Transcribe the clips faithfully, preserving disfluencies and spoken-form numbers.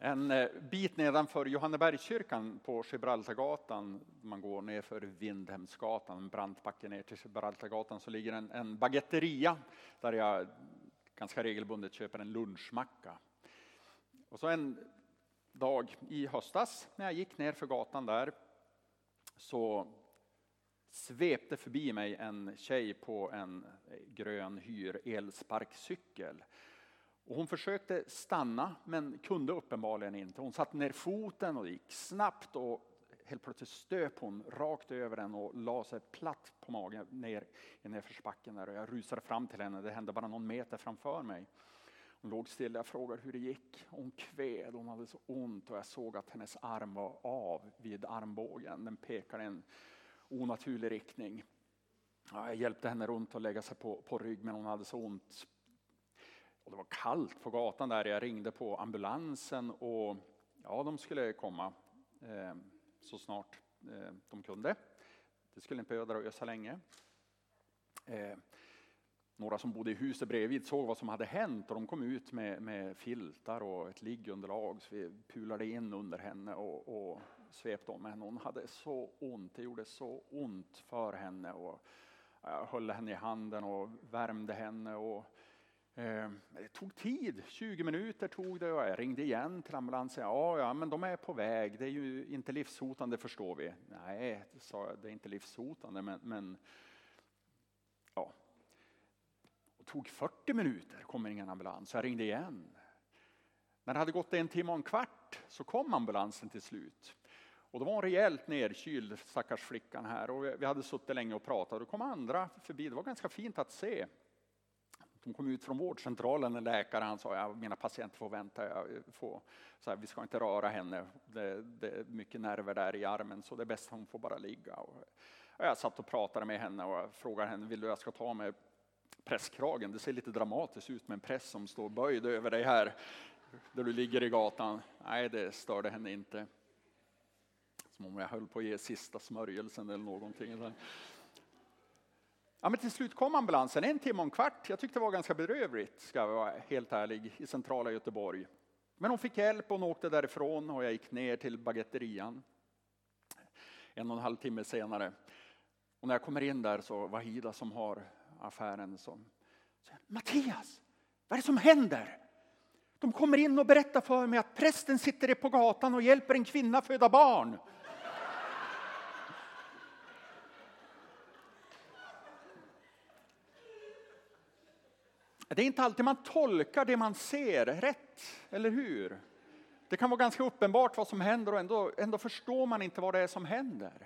En bit nedanför Johannebergskyrkan på Gibraltargatan, man går ner för Vindhemsgatan, en brant backe ner till Gibraltargatan, så ligger en, en baguetteria där jag ganska regelbundet köper en lunchmacka. Och så en dag i höstas när jag gick ner för gatan där så svepte förbi mig en tjej på en grön hyr elsparkcykel. Och hon försökte stanna men kunde uppenbarligen inte. Hon satte ner foten och det gick snabbt och helt plötsligt stöp hon rakt över den och la sig platt på magen ner i nedförsbacken där. Och jag rusade fram till henne, det hände bara någon meter framför mig. Hon låg stilla, jag frågade hur det gick. Hon kved, hon hade så ont och jag såg att hennes arm var av vid armbågen. Den pekade i en onaturlig riktning. Ja, jag hjälpte henne runt och lägga sig på, på rygg men hon hade så ont. Och det var kallt på gatan där. Jag ringde på ambulansen och ja, de skulle komma eh, så snart eh, de kunde. Det skulle inte behöva dröja så länge. Eh, några som bodde i huset bredvid såg vad som hade hänt och de kom ut med, med filtar och ett liggunderlag. Så vi pulade in under henne och, och svepte om henne. Hon hade så ont, det gjorde så ont för henne. Och jag höll henne i handen och värmde henne och det tog tid, tjugo minuter tog det och jag ringde igen till ambulansen. Ja, ja, men de är på väg, det är ju inte livshotande förstår vi. Nej, sa jag, det är inte livshotande men, men ja. Det tog fyrtio minuter, kommer ingen ambulans, så jag ringde igen. När det hade gått en timme och en kvart så kom ambulansen till slut. Och det var en rejält nerkyld stackars flickan här och vi hade suttit länge och pratat och då kom andra förbi, det var ganska fint att se. De kom ut från vårdcentralen, en läkare, han sa att mina patienter får vänta, jag får, så här, vi ska inte röra henne, det, det är mycket nerver där i armen så det är bäst att hon får bara ligga. Och jag satt och pratade med henne och frågade henne, vill du jag ska ta med presskragen? Det ser lite dramatiskt ut med en press som står böjd över dig här där du ligger i gatan. Nej, det störde henne inte. Som om jag höll på att ge sista smörjelsen eller någonting. Ja, men till slut kom ambulansen, en timme och en kvart. Jag tyckte det var ganska bedrövligt, ska jag vara helt ärlig, i centrala Göteborg. Men hon fick hjälp och hon åkte därifrån och jag gick ner till baguetterian. En och en halv timme senare. Och när jag kommer in där så var Hida som har affären som säger, Mattias, vad är det som händer? De kommer in och berättar för mig att prästen sitter på gatan och hjälper en kvinna föda barn. Det är inte alltid man tolkar det man ser rätt, eller hur? Det kan vara ganska uppenbart vad som händer och ändå, ändå förstår man inte vad det är som händer.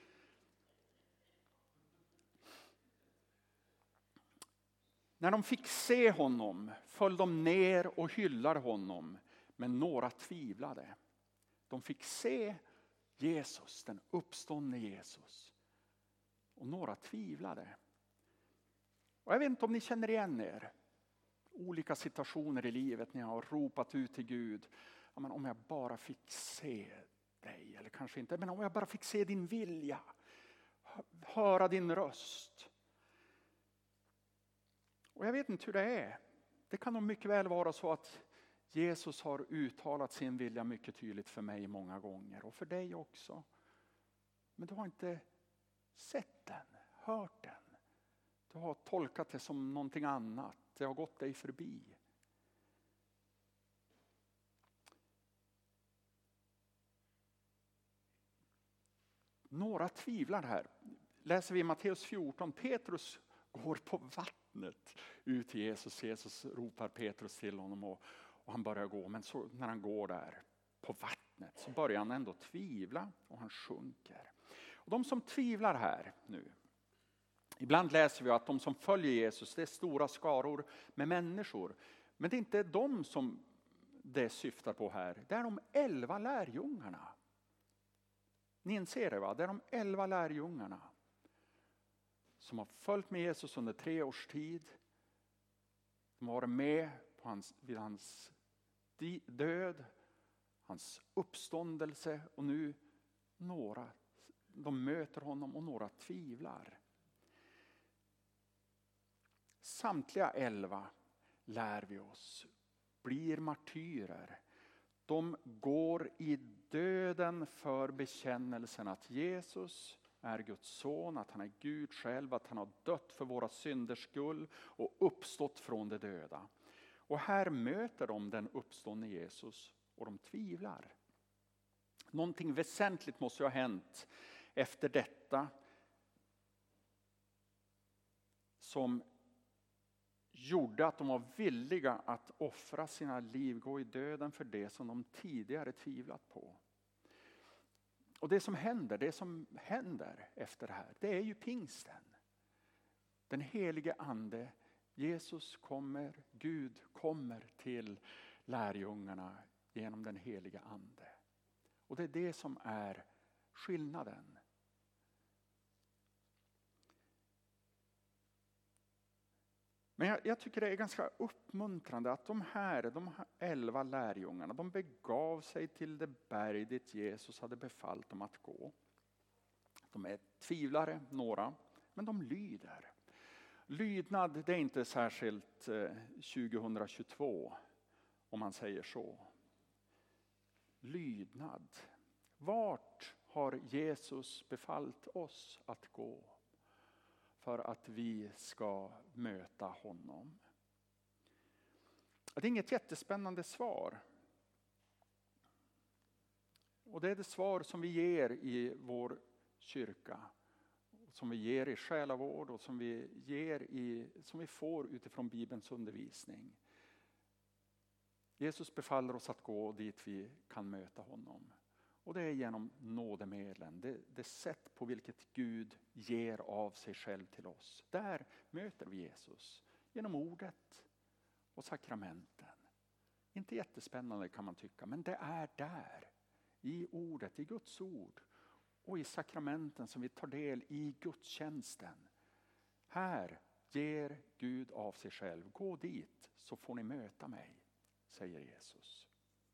När de fick se honom föll de ner och hyllade honom, men några tvivlade. De fick se Jesus, den uppståndne Jesus, och några tvivlade. Och jag vet inte om ni känner igen er. Olika situationer i livet när jag har ropat ut till Gud. Ja, men om jag bara fick se dig. Eller kanske inte. Men om jag bara fick se din vilja. Höra din röst. Och jag vet inte hur det är. Det kan nog mycket väl vara så att Jesus har uttalat sin vilja mycket tydligt för mig många gånger. Och för dig också. Men du har inte sett den. Hört den. Du har tolkat det som någonting annat. Det har gått dig förbi. Några tvivlar här. Läser vi i Matteus fjorton. Petrus går på vattnet ut till Jesus. Jesus ropar Petrus till honom och, och han börjar gå. Men så, när han går där på vattnet så börjar han ändå tvivla och han sjunker. Och de som tvivlar här nu. Ibland läser vi att de som följer Jesus, det är stora skaror med människor. Men det är inte de som det syftar på här. Det är de elva lärjungarna. Ni inser det, va? Det är de elva lärjungarna. Som har följt med Jesus under tre års tid. De har varit med på hans, vid hans död. Hans uppståndelse. Och nu några, de möter honom och några tvivlar. Samtliga elva lär vi oss blir martyrer. De går i döden för bekännelsen att Jesus är Guds son, att han är Gud själv, att han har dött för våra synders skull och uppstått från de döda. Och här möter de den uppståndne Jesus och de tvivlar. Någonting väsentligt måste ha hänt efter detta som gjorde att de var villiga att offra sina liv, gå i döden för det som de tidigare tvivlat på. Och det som händer, det som händer efter det här, det är ju pingsten. Den helige ande, Jesus kommer, Gud kommer till lärjungarna genom den helige ande. Och det är det som är skillnaden. Men jag, jag tycker det är ganska uppmuntrande att de här, de här elva lärjungarna, de begav sig till det berg dit Jesus hade befallt dem att gå. De är tvivlare, några, men de lyder. Lydnad, det är inte särskilt eh, tjugohundratjugotvå om man säger så. Lydnad. Vart har Jesus befallt oss att gå för att vi ska möta honom? Det är inget jättespännande svar. Och det är det svar som vi ger i vår kyrka. Som vi ger i själavård och som vi, ger i, som vi får utifrån Bibelns undervisning. Jesus befaller oss att gå dit vi kan möta honom. Och det är genom nådemedlen, det, det sätt på vilket Gud ger av sig själv till oss. Där möter vi Jesus genom ordet och sakramenten. Inte jättespännande kan man tycka, men det är där. I ordet, i Guds ord och i sakramenten som vi tar del i gudstjänsten. Här ger Gud av sig själv. Gå dit så får ni möta mig, säger Jesus.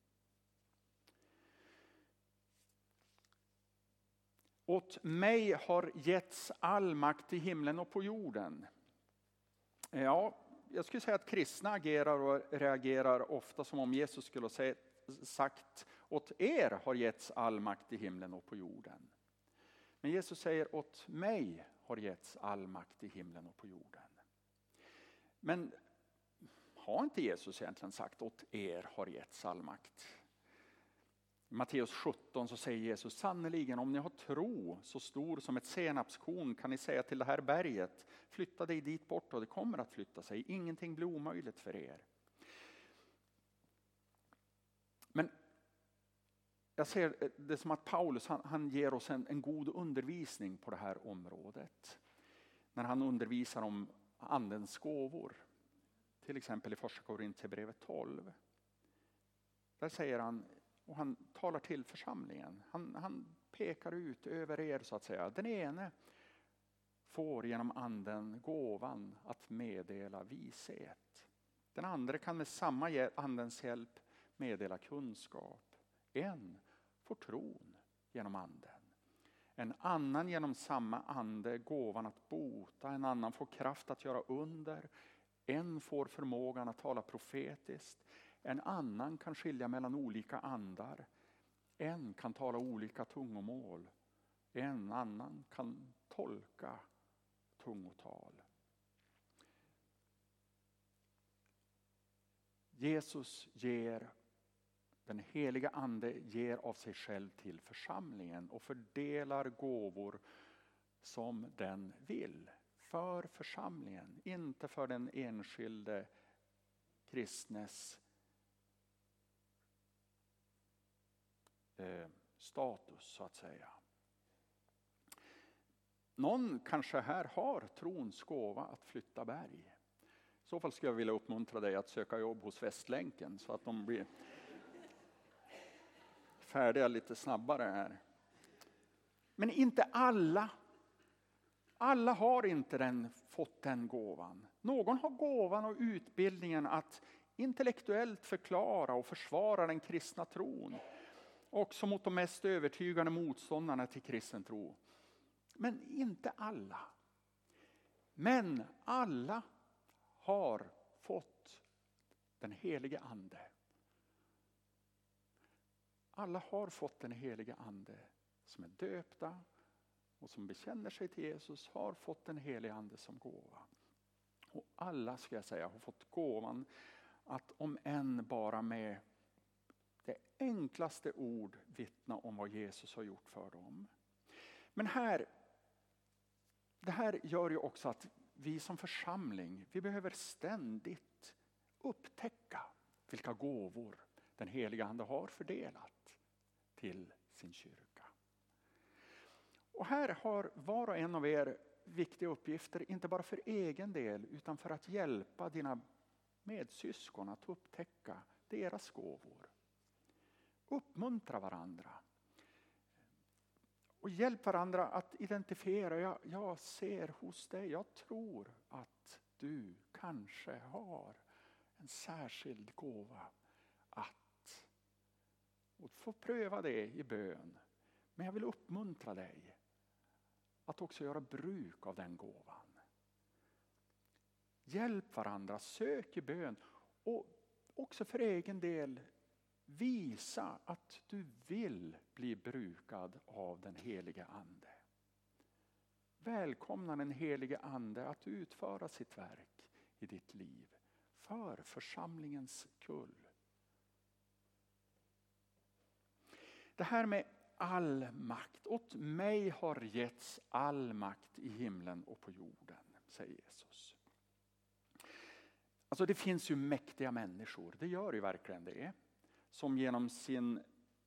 Åt mig har getts all makt i himlen och på jorden. Ja, jag skulle säga att kristna agerar och reagerar ofta som om Jesus skulle ha sagt: åt er har getts all makt i himlen och på jorden. Men Jesus säger: åt mig har getts all makt i himlen och på jorden. Men har inte Jesus egentligen sagt: åt er har getts all makt? I Matteus sjutton så säger Jesus: sannoliken om ni har tro så stor som ett senapskorn kan ni säga till det här berget: flytta dig dit bort, och det kommer att flytta sig. Ingenting blir omöjligt för er. Men jag ser det som att Paulus han, han ger oss en, en god undervisning på det här området. När han undervisar om andens gåvor. Till exempel i första Korinthierbrevet tolv. Där säger han, och han talar till församlingen. Han, han pekar ut över er så att säga. Den ene får genom anden gåvan att meddela vishet. Den andra kan med samma andens hjälp meddela kunskap. En får tron genom anden. En annan genom samma ande gåvan att bota. En annan får kraft att göra under. En får förmågan att tala profetiskt. En annan kan skilja mellan olika andar. En kan tala olika tungomål. En annan kan tolka tungotal. Jesus ger, den heliga ande ger av sig själv till församlingen och fördelar gåvor som den vill. För församlingen, inte för den enskilde kristnes eh, status så att säga. Någon kanske här har trons gåva att flytta berg. I så fall skulle jag vilja uppmuntra dig att söka jobb hos Västlänken så att de blir färdiga lite snabbare här. Men inte alla. Alla har inte den, fått den gåvan. Någon har gåvan och utbildningen att intellektuellt förklara och försvara den kristna tron. Också mot de mest övertygande motståndarna till kristen tro. Men inte alla. Men alla har fått den helige ande. Alla har fått den helige ande. Som är döpta och som bekänner sig till Jesus har fått den helige ande som gåva. Och alla, ska jag säga, har fått gåvan att om än bara med det enklaste ord vittna om vad Jesus har gjort för dem. Men här, det här gör ju också att vi som församling, vi behöver ständigt upptäcka vilka gåvor den heliga ande har fördelat till sin kyrka. Och här har var och en av er viktiga uppgifter, inte bara för egen del utan för att hjälpa dina medsyskon att upptäcka deras gåvor. Uppmuntra varandra. Och hjälp varandra att identifiera, jag, jag ser hos dig, jag tror att du kanske har en särskild gåva att. Och få pröva det i bön. Men jag vill uppmuntra dig att också göra bruk av den gåvan. Hjälp varandra, sök i bön och också för egen del visa att du vill bli brukad av den helige ande. Välkomna den helige ande att utföra sitt verk i ditt liv för församlingens kull. Det här med all makt, åt mig har getts all makt i himlen och på jorden, säger Jesus. Alltså det finns ju mäktiga människor, det gör ju verkligen det. Som genom sin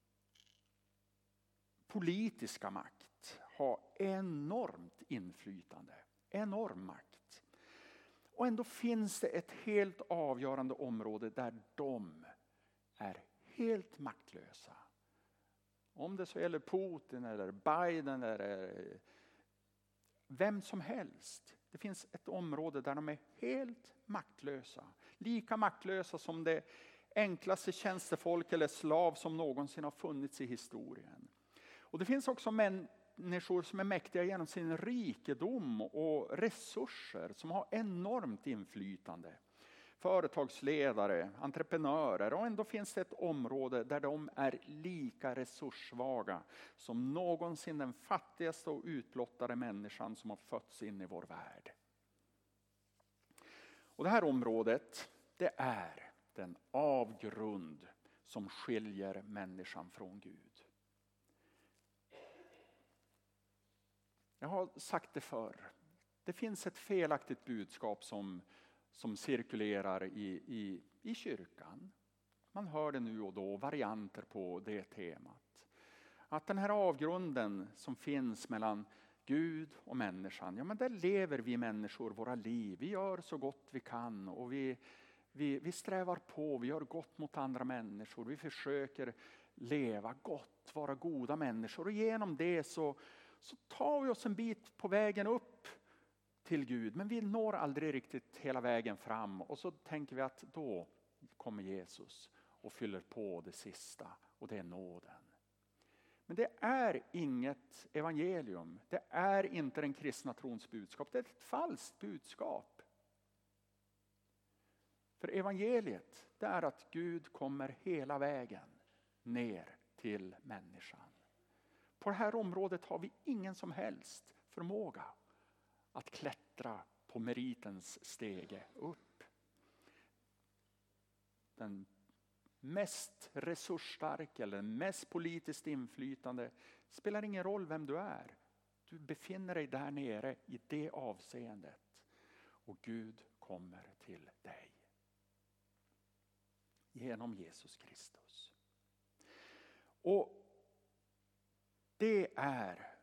politiska makt har enormt inflytande, enorm makt. Och ändå finns det ett helt avgörande område där de är helt maktlösa. Om det så gäller Putin eller Biden eller vem som helst. Det finns ett område där de är helt maktlösa. Lika maktlösa som det enklaste tjänstefolk eller slav som någonsin har funnits i historien. Och det finns också människor som är mäktiga genom sin rikedom och resurser som har enormt inflytande. Företagsledare, entreprenörer, och ändå finns det ett område där de är lika resurssvaga som någonsin den fattigaste och utblottade människan som har fötts in i vår värld. Och det här området, det är den avgrund som skiljer människan från Gud. Jag har sagt det förr. Det finns ett felaktigt budskap som, som cirkulerar i, i, i kyrkan. Man hör det nu och då, varianter på det temat. Att den här avgrunden som finns mellan Gud och människan, ja men där lever vi människor våra liv. Vi gör så gott vi kan och vi, vi, vi strävar på, vi gör gott mot andra människor. Vi försöker leva gott, vara goda människor, och genom det så, så tar vi oss en bit på vägen upp till Gud. Men vi når aldrig riktigt hela vägen fram, och så tänker vi att då kommer Jesus och fyller på det sista, och det är nåden. Men det är inget evangelium. Det är inte den kristna trons budskap. Det är ett falskt budskap. För evangeliet, det är att Gud kommer hela vägen ner till människan. På det här området har vi ingen som helst förmåga att klättra på meritens stege upp. Den mest resursstark eller mest politiskt inflytande spelar ingen roll vem du är. Du befinner dig där nere i det avseendet, och Gud kommer till dig genom Jesus Kristus. Och det är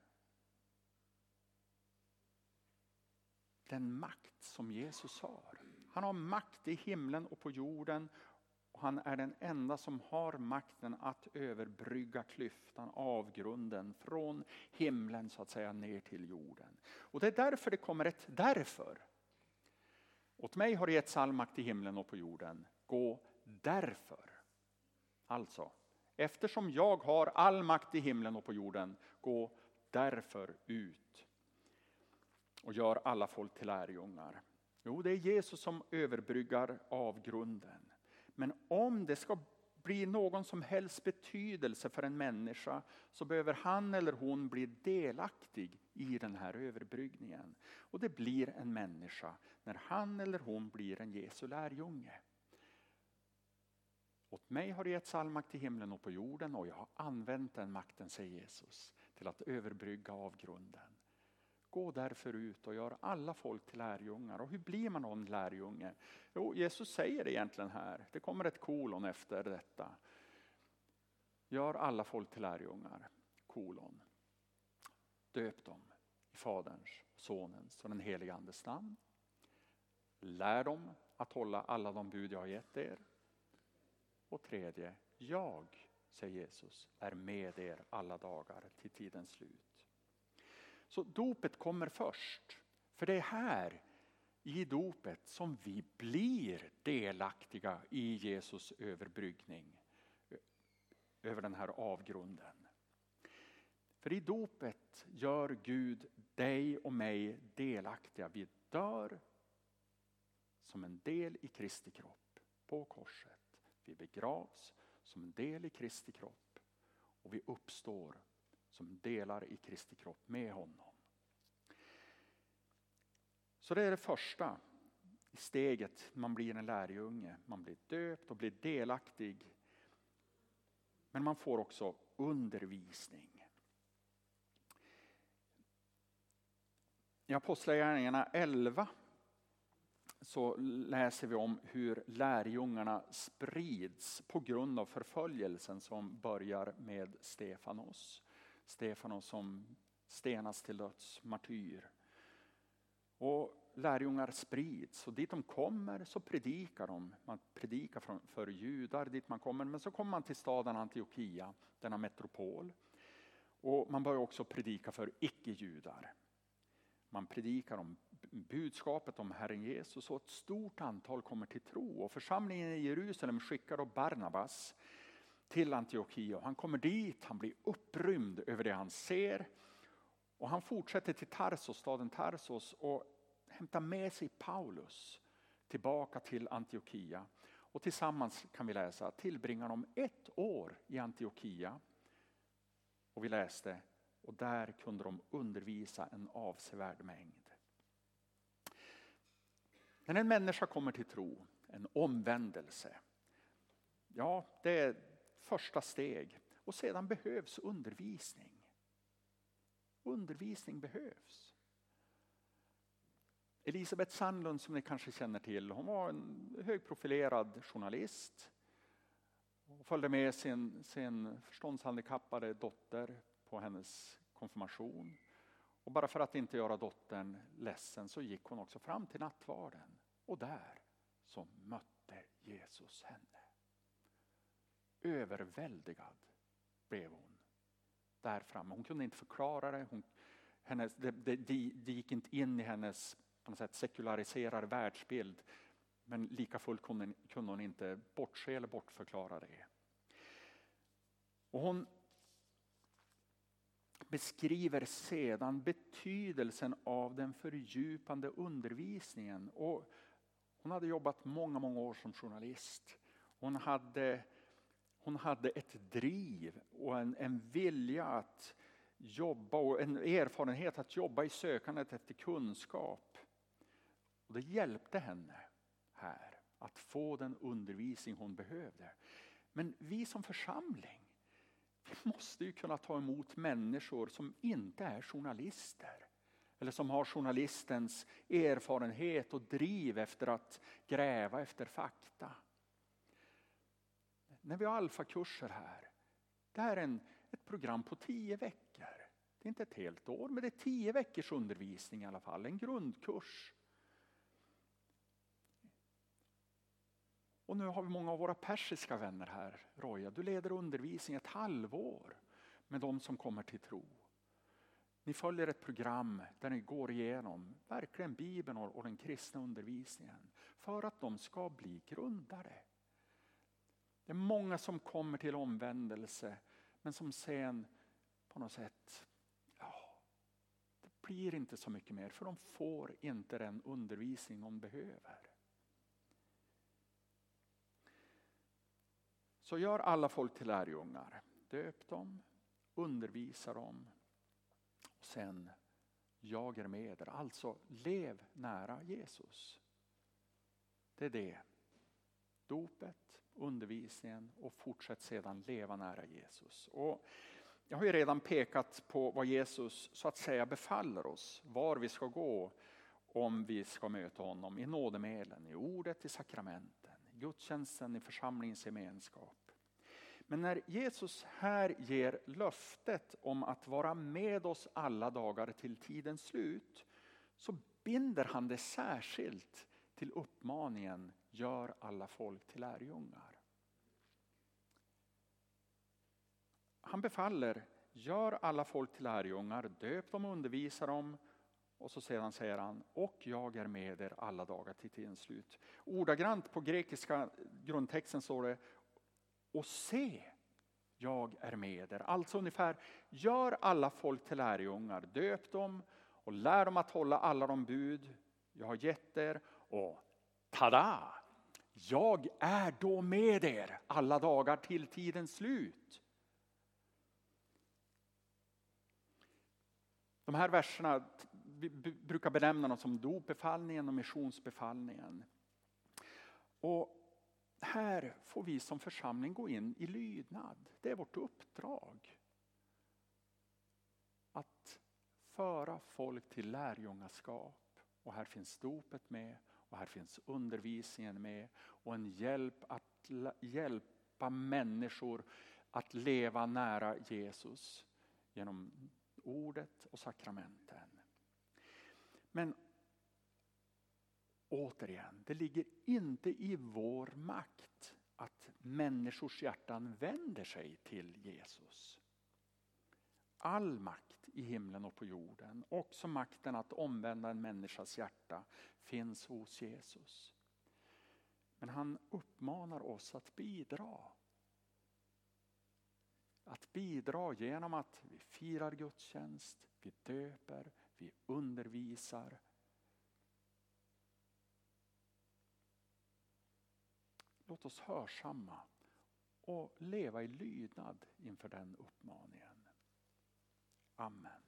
den makt som Jesus har. Han har makt i himlen och på jorden. Och han är den enda som har makten att överbrygga klyftan, avgrunden från himlen så att säga ner till jorden. Och det är därför det kommer ett därför. Åt mig har getts all makt i himlen och på jorden. Gå därför. Alltså, eftersom jag har all makt i himlen och på jorden, gå därför ut och gör alla folk till lärjungar. Jo, det är Jesus som överbryggar avgrunden. Men om det ska bli någon som helst betydelse för en människa så behöver han eller hon bli delaktig i den här överbryggningen. Och det blir en människa när han eller hon blir en Jesu lärjunge. Åt mig har det getts all makt i himlen och på jorden och jag har använt den makten, säger Jesus, till att överbrygga avgrunden. Gå därför ut och gör alla folk till lärjungar. Och hur blir man någon lärjunge? Jo, Jesus säger det egentligen här. Det kommer ett kolon efter detta. Gör alla folk till lärjungar. Kolon. Döp dem i Faderns, Sonens och den helige Andes namn. Lär dem att hålla alla de bud jag har gett er. Och tredje, jag, säger Jesus, är med er alla dagar till tidens slut. Så dopet kommer först. För det är här i dopet som vi blir delaktiga i Jesus överbryggning. Över den här avgrunden. För i dopet gör Gud dig och mig delaktiga. Vi dör som en del i Kristi kropp på korset. Vi begravs som en del i Kristi kropp. Och vi uppstår som delar i Kristi kropp med honom. Så det är det första steget. Man blir en lärjunge. Man blir döpt och blir delaktig. Men man får också undervisning. I Apostlagärningarna elva så läser vi om hur lärjungarna sprids på grund av förföljelsen som börjar med Stefanos. Stefanos som stenas till döds, martyr. Och lärjungar sprids och dit de kommer så predikar de. Man predikar för, för judar dit man kommer, men så kommer man till staden Antiochia, denna metropol. Och man börjar också predika för icke-judar. Man predikar om budskapet om Herren Jesus och ett stort antal kommer till tro. Och församlingen i Jerusalem skickar då Barnabas till Antiochia. Han kommer dit, han blir upprymd över det han ser. Och han fortsätter till Tarsos, staden Tarsos och hämtar med sig Paulus tillbaka till Antiochia. Och tillsammans kan vi läsa tillbringar de ett år i Antiochia. Och vi läste och där kunde de undervisa en avsevärd mängd. När en människa kommer till tro, en omvändelse. Ja, det är första steg. Och sedan behövs undervisning. Undervisning behövs. Elisabeth Sandlund som ni kanske känner till. Hon var en högprofilerad journalist. Hon följde med sin, sin förståndshandikappade dotter på hennes konfirmation. Och bara för att inte göra dottern ledsen så gick hon också fram till nattvarden. Och där så mötte Jesus henne. Överväldigad blev hon. Där framme. Hon kunde inte förklara det. Hon, hennes, det, det, det gick inte in i hennes på något sätt, sekulariserade världsbild. Men lika fullt kunde, kunde hon inte bortse eller bortförklara det. Och hon beskriver sedan betydelsen av den fördjupande undervisningen. Och hon hade jobbat många, många år som journalist. Hon hade... Hon hade ett driv och en, en vilja att jobba och en erfarenhet att jobba i sökandet efter kunskap. Och det hjälpte henne här att få den undervisning hon behövde. Men vi som församling, vi måste ju kunna ta emot människor som inte är journalister. Eller som har journalistens erfarenhet och driv efter att gräva efter fakta. När vi har alfakurser här. Det här är en, ett program på tio veckor. Det är inte ett helt år, men det är tio veckors undervisning i alla fall. En grundkurs. Och nu har vi många av våra persiska vänner här. Roja, du leder undervisning ett halvår med de som kommer till tro. Ni följer ett program där ni går igenom verkligen Bibeln och den kristna undervisningen. För att de ska bli grundare. Det är många som kommer till omvändelse men som sen på något sätt, ja, det blir inte så mycket mer för de får inte den undervisning de behöver. Så gör alla folk till lärjungar. Döp dem, undervisa dem. Och sen, jag är med er. Alltså, lev nära Jesus. Det är det. Dopet, undervisningen och fortsätt sedan leva nära Jesus. Och jag har ju redan pekat på vad Jesus så att säga befaller oss. Var vi ska gå om vi ska möta honom. I nådemedlen, i ordet, i sakramenten, i gudstjänsten, i församlingens gemenskap. Men när Jesus här ger löftet om att vara med oss alla dagar till tidens slut, så binder han det särskilt till uppmaningen: gör alla folk till lärjungar. Han befaller: gör alla folk till lärjungar, döp dem och undervisa dem. Och så sedan säger han: och jag är med er alla dagar till tidens slut. Ordagrant på grekiska grundtexten står det: och se, jag är med er. Alltså ungefär, gör alla folk till lärjungar, döp dem och lär dem att hålla alla de bud jag har gett er. Och tada! Jag är då med er alla dagar till tidens slut. De här verserna vi brukar benämna dem som dopbefallningen och missionsbefallningen. Och här får vi som församling gå in i lydnad. Det är vårt uppdrag. Att föra folk till lärjungaskap. Och här finns dopet med. Och här finns undervisningen med. Och en hjälp att hjälpa människor att leva nära Jesus. Genom ordet och sakramenten. Men återigen, det ligger inte i vår makt att människors hjärtan vänder sig till Jesus. All makt i himlen och på jorden, också makten att omvända en människas hjärta, finns hos Jesus. Men han uppmanar oss att bidra. Att bidra genom att vi firar gudstjänst, vi döper, vi undervisar. Låt oss hörsamma och leva i lydnad inför den uppmaningen. Amen.